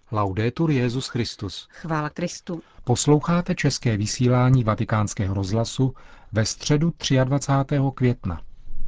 Laudetur Jesus Christus. Chvála Kristu. Posloucháte české vysílání Vatikánského rozhlasu ve středu 23. května.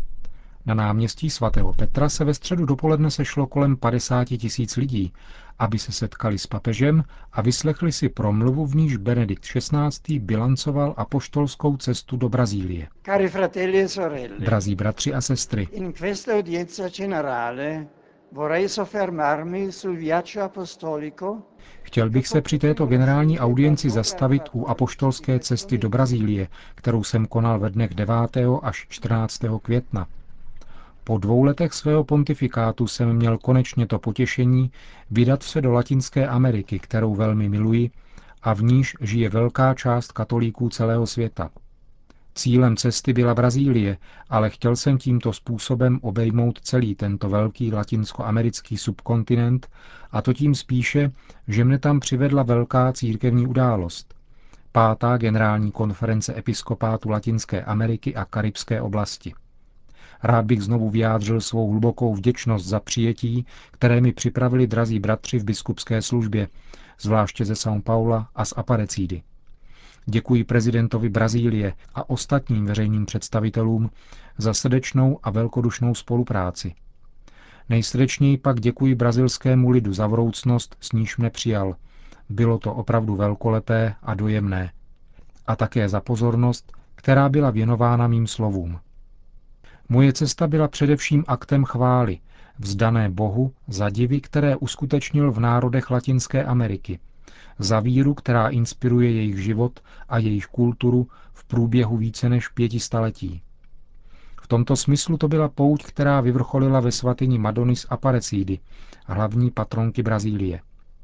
Na náměstí svatého Petra se ve středu dopoledne sešlo kolem 50 000 lidí, aby se setkali s papežem a vyslechli si promluvu, v níž Benedikt XVI. Bilancoval apoštolskou cestu do Brazílie. Cari fratelli e sorelle, Drazí bratři a sestry, in questa udienza generale vorrei soffermarmi sul viaggio apostolico. chtěl bych se při této generální audienci zastavit u apoštolské cesty do Brazílie, kterou jsem konal ve dnech 9. až 14. května. Po 2 letech svého pontifikátu jsem měl konečně to potěšení vydat se do Latinské Ameriky, kterou velmi miluji a v níž žije velká část katolíků celého světa. Cílem cesty byla Brazílie, ale chtěl jsem tímto způsobem obejmout celý tento velký latinskoamerický subkontinent, a to tím spíše, že mne tam přivedla velká církevní událost. 5. generální konference episkopátu Latinské Ameriky a Karibské oblasti. Rád bych znovu vyjádřil svou hlubokou vděčnost za přijetí, které mi připravili drazí bratři v biskupské službě, zvláště ze São Paula a z Aparecidy. Děkuji prezidentovi Brazílie a ostatním veřejným představitelům za srdečnou a velkodušnou spolupráci. Nejsrdečněji pak děkuji brazilskému lidu za vroucnost, s níž mne přijal. Bylo to opravdu velkolepé a dojemné. A také za pozornost, která byla věnována mým slovům. Moje cesta byla především aktem chvály, vzdané Bohu za divy, které uskutečnil v národech Latinské Ameriky, za víru, která inspiruje jejich život a jejich kulturu v průběhu více než 500 letí. V tomto smyslu to byla pouť, která vyvrcholila ve svatyni Madony z Aparecidy, hlavní patronky Brazílie.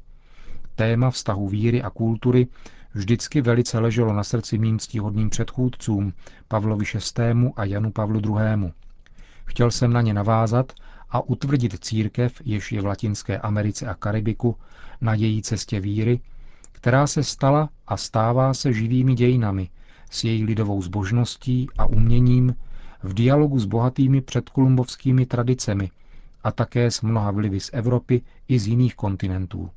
Téma vztahu víry a kultury vždycky velice leželo na srdci mým ctihodným předchůdcům, Pavlovi VI. A Janu Pavlu II. Chtěl jsem na ně navázat a utvrdit církev, jež je v Latinské Americe a Karibiku, na její cestě víry, která se stala a stává se živými dějinami, s její lidovou zbožností a uměním, v dialogu s bohatými předkolumbovskými tradicemi a také s mnoha vlivy z Evropy i z jiných kontinentů.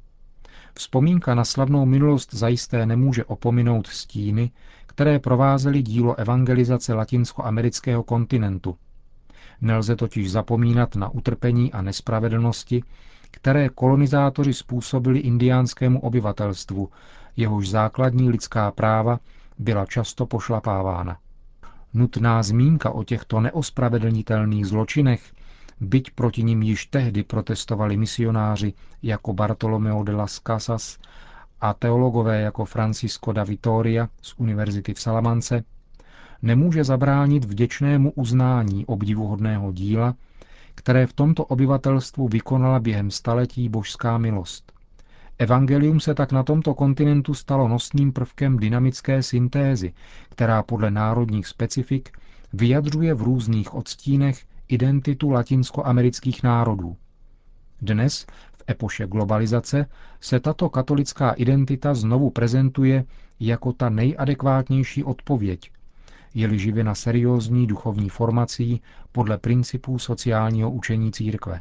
Vzpomínka na slavnou minulost zajisté nemůže opominout stíny, které provázely dílo evangelizace latinskoamerického kontinentu. Nelze totiž zapomínat na utrpení a nespravedlnosti, které kolonizátoři způsobili indiánskému obyvatelstvu, jehož základní lidská práva byla často pošlapávána. Nutná zmínka o těchto neospravedlnitelných zločinech, byť proti nim již tehdy protestovali misionáři jako Bartolomeo de las Casas a teologové jako Francisco da Vitoria z univerzity v Salamance, nemůže zabránit vděčnému uznání obdivuhodného díla, které v tomto obyvatelstvu vykonala během staletí božská milost. Evangelium se tak na tomto kontinentu stalo nosným prvkem dynamické syntézy, která podle národních specifik vyjadřuje v různých odstínech identitu latinskoamerických národů. Dnes, v epoše globalizace, se tato katolická identita znovu prezentuje jako ta nejadekvátnější odpověď, je-li živena seriózní duchovní formací podle principů sociálního učení církve.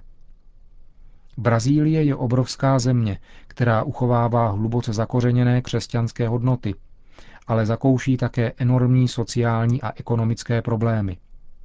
Brazílie je obrovská země, která uchovává hluboce zakořeněné křesťanské hodnoty, ale zakouší také enormní sociální a ekonomické problémy.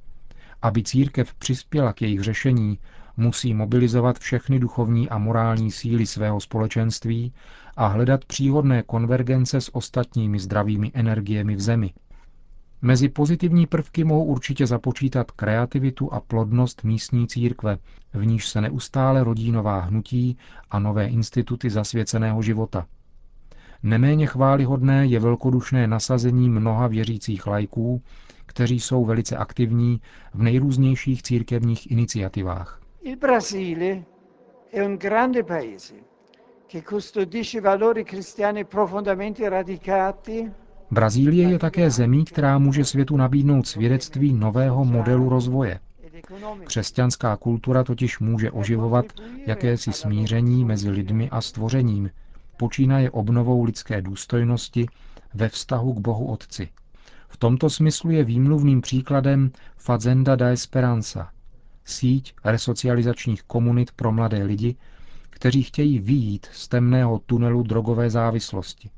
Aby církev přispěla k jejich řešení, musí mobilizovat všechny duchovní a morální síly svého společenství a hledat příhodné konvergence s ostatními zdravými energiemi v zemi. Mezi pozitivní prvky mohou určitě započítat kreativitu a plodnost místní církve, v níž se neustále rodí nová hnutí a nové instituty zasvěceného života. Neméně chvályhodné je velkodušné nasazení mnoha věřících laiků, kteří jsou velice aktivní v nejrůznějších církevních iniciativách. Il Brasile è un grande paese che custodisce valori cristiani profondamente radicati. Brazílie je také zemí, která může světu nabídnout svědectví nového modelu rozvoje. Křesťanská kultura totiž může oživovat jakési smíření mezi lidmi a stvořením, počínaje obnovou lidské důstojnosti ve vztahu k Bohu Otci. V tomto smyslu je výmluvným příkladem Fazenda da Esperança, síť resocializačních komunit pro mladé lidi, kteří chtějí vyjít z temného tunelu drogové závislosti.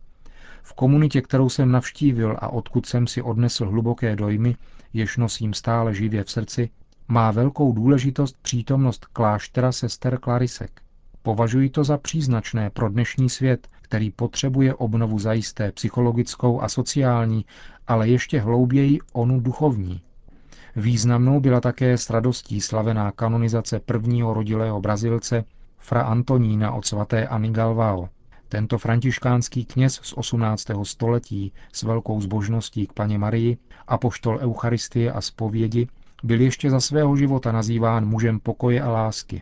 V komunitě, kterou jsem navštívil a odkud jsem si odnesl hluboké dojmy, jež nosím stále živě v srdci, má velkou důležitost přítomnost kláštera sester Klarisek. Považuji to za příznačné pro dnešní svět, který potřebuje obnovu zajisté psychologickou a sociální, ale ještě hlouběji onu duchovní. Významnou byla také s radostí slavená kanonizace prvního rodilého Brazilce, fra Antonína od svaté Anny Galvao. Tento františkánský kněz z 18. století s velkou zbožností k Panně Marii, apoštol Eucharistie a zpovědi, byl ještě za svého života nazýván mužem pokoje a lásky.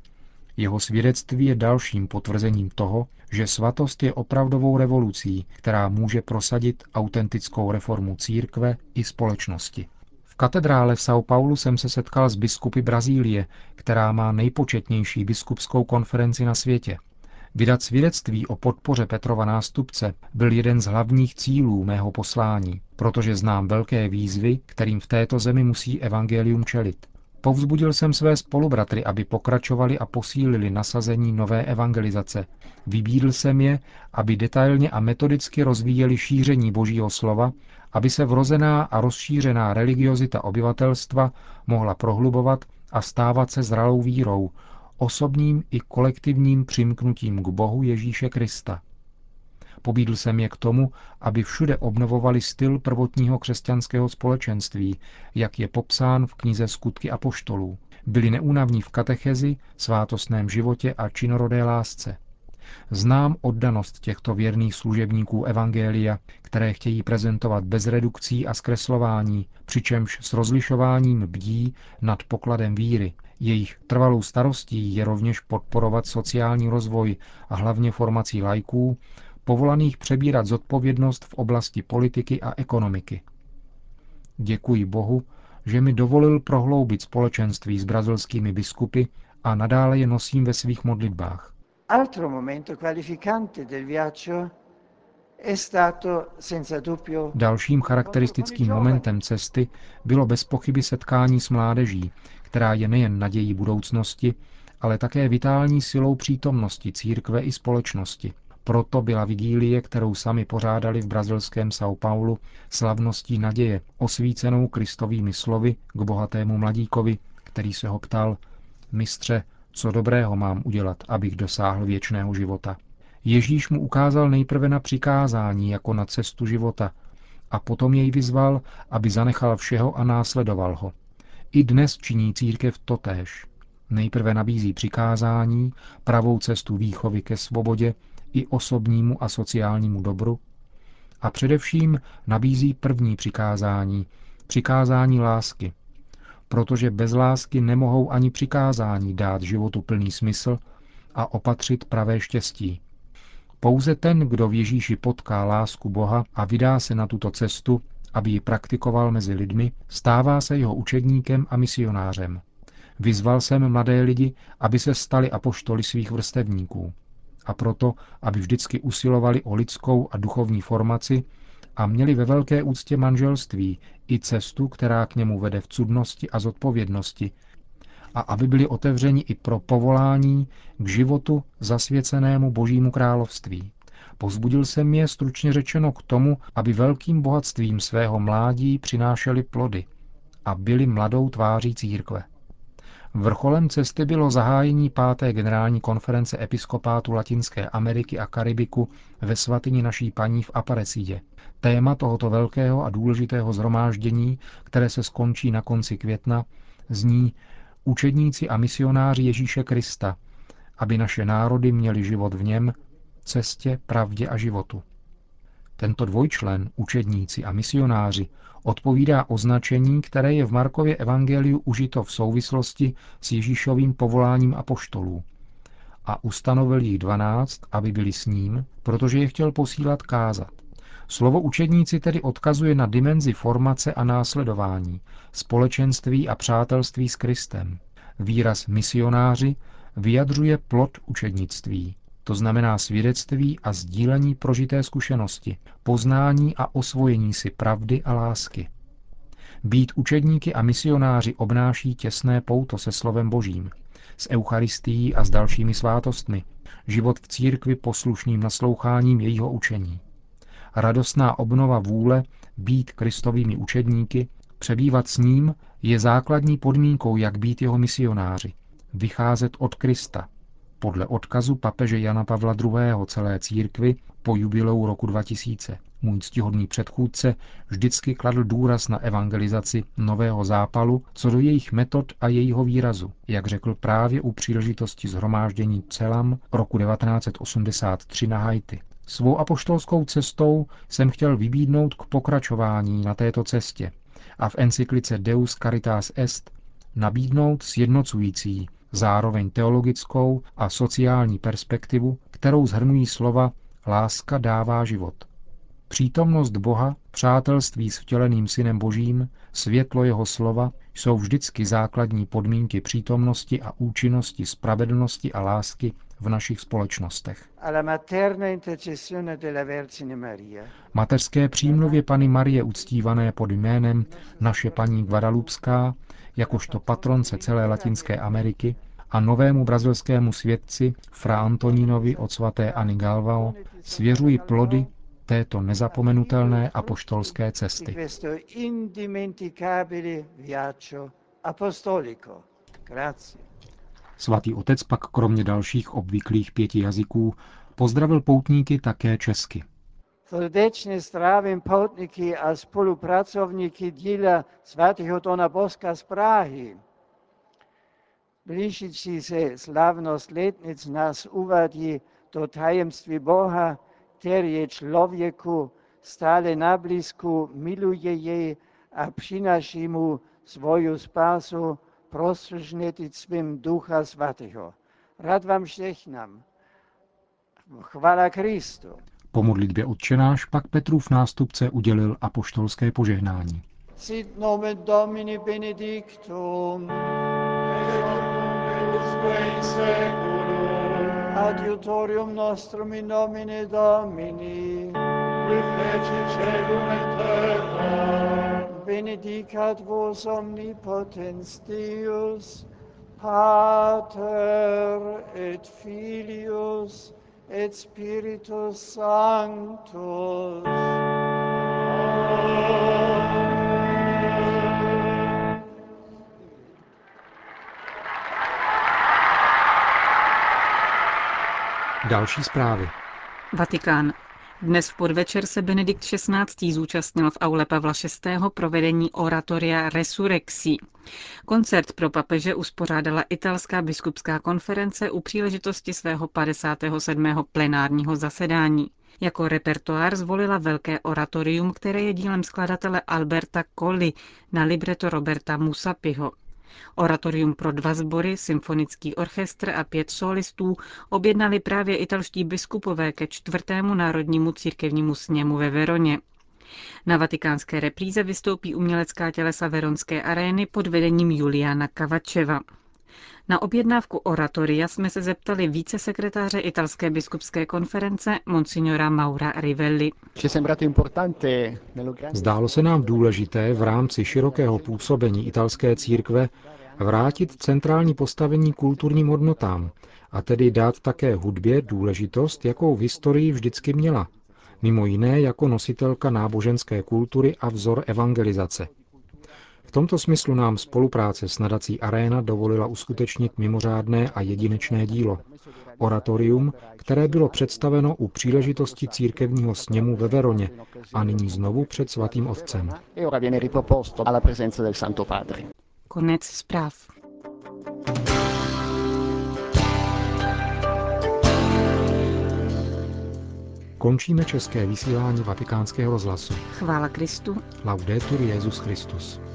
Jeho svědectví je dalším potvrzením toho, že svatost je opravdovou revolucí, která může prosadit autentickou reformu církve i společnosti. V katedrále v São Paulo jsem se setkal s biskupy Brazílie, která má nejpočetnější biskupskou konferenci na světě. Vydat svědectví o podpoře Petrova nástupce byl jeden z hlavních cílů mého poslání, protože znám velké výzvy, kterým v této zemi musí evangelium čelit. Povzbudil jsem své spolubratry, aby pokračovali a posílili nasazení nové evangelizace. Vybídl jsem je, aby detailně a metodicky rozvíjeli šíření Božího slova, aby se vrozená a rozšířená religiozita obyvatelstva mohla prohlubovat a stávat se zralou vírou, osobním i kolektivním přimknutím k Bohu Ježíše Krista. Pobídl jsem je k tomu, aby všude obnovovali styl prvotního křesťanského společenství, jak je popsán v knize Skutky apoštolů. Byli neúnavní v katechezi, svátostném životě a činorodé lásce. Znám oddanost těchto věrných služebníků evangelia, které chtějí prezentovat bez redukcí a zkreslování, přičemž s rozlišováním bdí nad pokladem víry. Jejich trvalou starostí je rovněž podporovat sociální rozvoj a hlavně formací laiků, povolaných přebírat zodpovědnost v oblasti politiky a ekonomiky. Děkuji Bohu, že mi dovolil prohloubit společenství s brazilskými biskupy a nadále je nosím ve svých modlitbách. Altro momento qualificante del viaggio è stato senza dubbio. Dalším charakteristickým momentem cesty bylo bez pochyby setkání s mládeží, která je nejen nadějí budoucnosti, ale také vitální silou přítomnosti církve i společnosti. Proto byla vigílie, kterou sami pořádali v brazilském São Paulo, slavností naděje, osvícenou Kristovými slovy k bohatému mladíkovi, který se ho ptal: Mistře, co dobrého mám udělat, abych dosáhl věčného života? Ježíš mu ukázal nejprve na přikázání jako na cestu života a potom jej vyzval, aby zanechal všeho a následoval ho. I dnes činí církev totéž. Nejprve nabízí přikázání, pravou cestu výchovy ke svobodě i osobnímu a sociálnímu dobru a především nabízí první přikázání, přikázání lásky, protože bez lásky nemohou ani přikázání dát životu plný smysl a opatřit pravé štěstí. Pouze ten, kdo v Ježíši potká lásku Boha a vydá se na tuto cestu, aby ji praktikoval mezi lidmi, stává se jeho učedníkem a misionářem. Vyzval jsem mladé lidi, aby se stali apoštoly svých vrstevníků. A proto, aby vždycky usilovali o lidskou a duchovní formaci a měli ve velké úctě manželství i cestu, která k němu vede v cudnosti a zodpovědnosti, a aby byli otevřeni i pro povolání k životu zasvěcenému Božímu království. Povzbudil jsem je, stručně řečeno, k tomu, aby velkým bohatstvím svého mládí přinášeli plody a byli mladou tváří církve. Vrcholem cesty bylo zahájení 5. generální konference episkopátu Latinské Ameriky a Karibiku ve svatyni Naší Paní v Aparecidě. Téma tohoto velkého a důležitého shromáždění, které se skončí na konci května, zní Učedníci a misionáři Ježíše Krista, aby naše národy měli život v něm, cestě, pravdě a životu. Tento dvojčlen, učedníci a misionáři, odpovídá označení, které je v Markově evangeliu užito v souvislosti s Ježíšovým povoláním apoštolů. A ustanovil jich 12, aby byli s ním, protože je chtěl posílat kázat. Slovo učedníci tedy odkazuje na dimenzi formace a následování, společenství a přátelství s Kristem. Výraz misionáři vyjadřuje plod učednictví, to znamená svědectví a sdílení prožité zkušenosti, poznání a osvojení si pravdy a lásky. Být učedníky a misionáři obnáší těsné pouto se slovem Božím. s eucharistií a s dalšími svátostmi, život v církvi poslušným nasloucháním jejího učení. Radostná obnova vůle být Kristovými učedníky, přebývat s ním, je základní podmínkou, jak být jeho misionáři, vycházet od Krista, podle odkazu papeže Jana Pavla II. Celé církvi po jubileu roku 2000. Můj ctihodný předchůdce vždycky kladl důraz na evangelizaci Nového Zápalu co do jejich metod a jejího výrazu, jak řekl právě u příležitosti shromáždění Celam roku 1983 na Haiti. Svou apoštolskou cestou jsem chtěl vybídnout k pokračování na této cestě a v encyklice Deus Caritas Est nabídnout sjednocující, zároveň teologickou a sociální perspektivu, kterou shrnují slova láska dává život. Přítomnost Boha, přátelství s vtěleným Synem Božím, světlo jeho slova jsou vždycky základní podmínky přítomnosti a účinnosti spravedlnosti a lásky v našich společnostech. Mateřské přímluvě Panny Marie uctívané pod jménem Naše paní Guadalupská, jakožto patronce celé Latinské Ameriky, a novému brazilskému světci Fra Antonínovi od svaté Anny Galvão svěřují plody této nezapomenutelné apoštolské cesty. Svatý otec pak kromě dalších obvyklých 5 jazyků pozdravil poutníky také česky. Srdečně zdravím poutníky a spolupracovníky díla svatého Dona Boska z Prahy. Blížící se slavnost letnic nás uvádí do tajemství Boha, který je člověku stále na blízku, miluje jej a přináší mu svoju spásu prostřednictvím Ducha Svatého. Rád vám žehnám. Chvála Kristu. Po modlitbě Otčenáš pak Petrův nástupce udělil apoštolské požehnání. Sit nomen Domini benedictum. Adiutorium nostrum in nomine Domini. Benedicat vos omnipotens Deus, Pater et Filius et Spiritus Sanctus. Další zprávy. Vatikán. Dnes v podvečer se Benedikt XVI. Zúčastnil v aule Pavla VI. Provedení oratoria Resurrexí. Koncert pro papeže uspořádala italská biskupská konference u příležitosti svého 57. plenárního zasedání. Jako repertoár zvolila velké oratorium, které je dílem skladatele Alberta Colli na libreto Roberta Musapiho. Oratorium pro 2 sbory, symfonický orchestr a 5 solistů objednali právě italští biskupové ke 4. národnímu církevnímu sněmu ve Veroně. Na vatikánské repríze vystoupí umělecká tělesa Veronské arény pod vedením Juliana Cavaceva. Na objednávku oratoria jsme se zeptali vícesekretáře italské biskupské konference monsignora Maura Rivelli. Zdálo se nám důležité v rámci širokého působení italské církve vrátit centrální postavení kulturním hodnotám, a tedy dát také hudbě důležitost, jakou v historii vždycky měla, mimo jiné jako nositelka náboženské kultury a vzor evangelizace. V tomto smyslu nám spolupráce s nadací Arena dovolila uskutečnit mimořádné a jedinečné dílo. Oratorium, které bylo představeno u příležitosti církevního sněmu ve Veroně a nyní znovu před svatým otcem. Konec zpráv. Končíme české vysílání Vatikánského rozhlasu. Chvála Kristu. Laudetur Jesus Christus.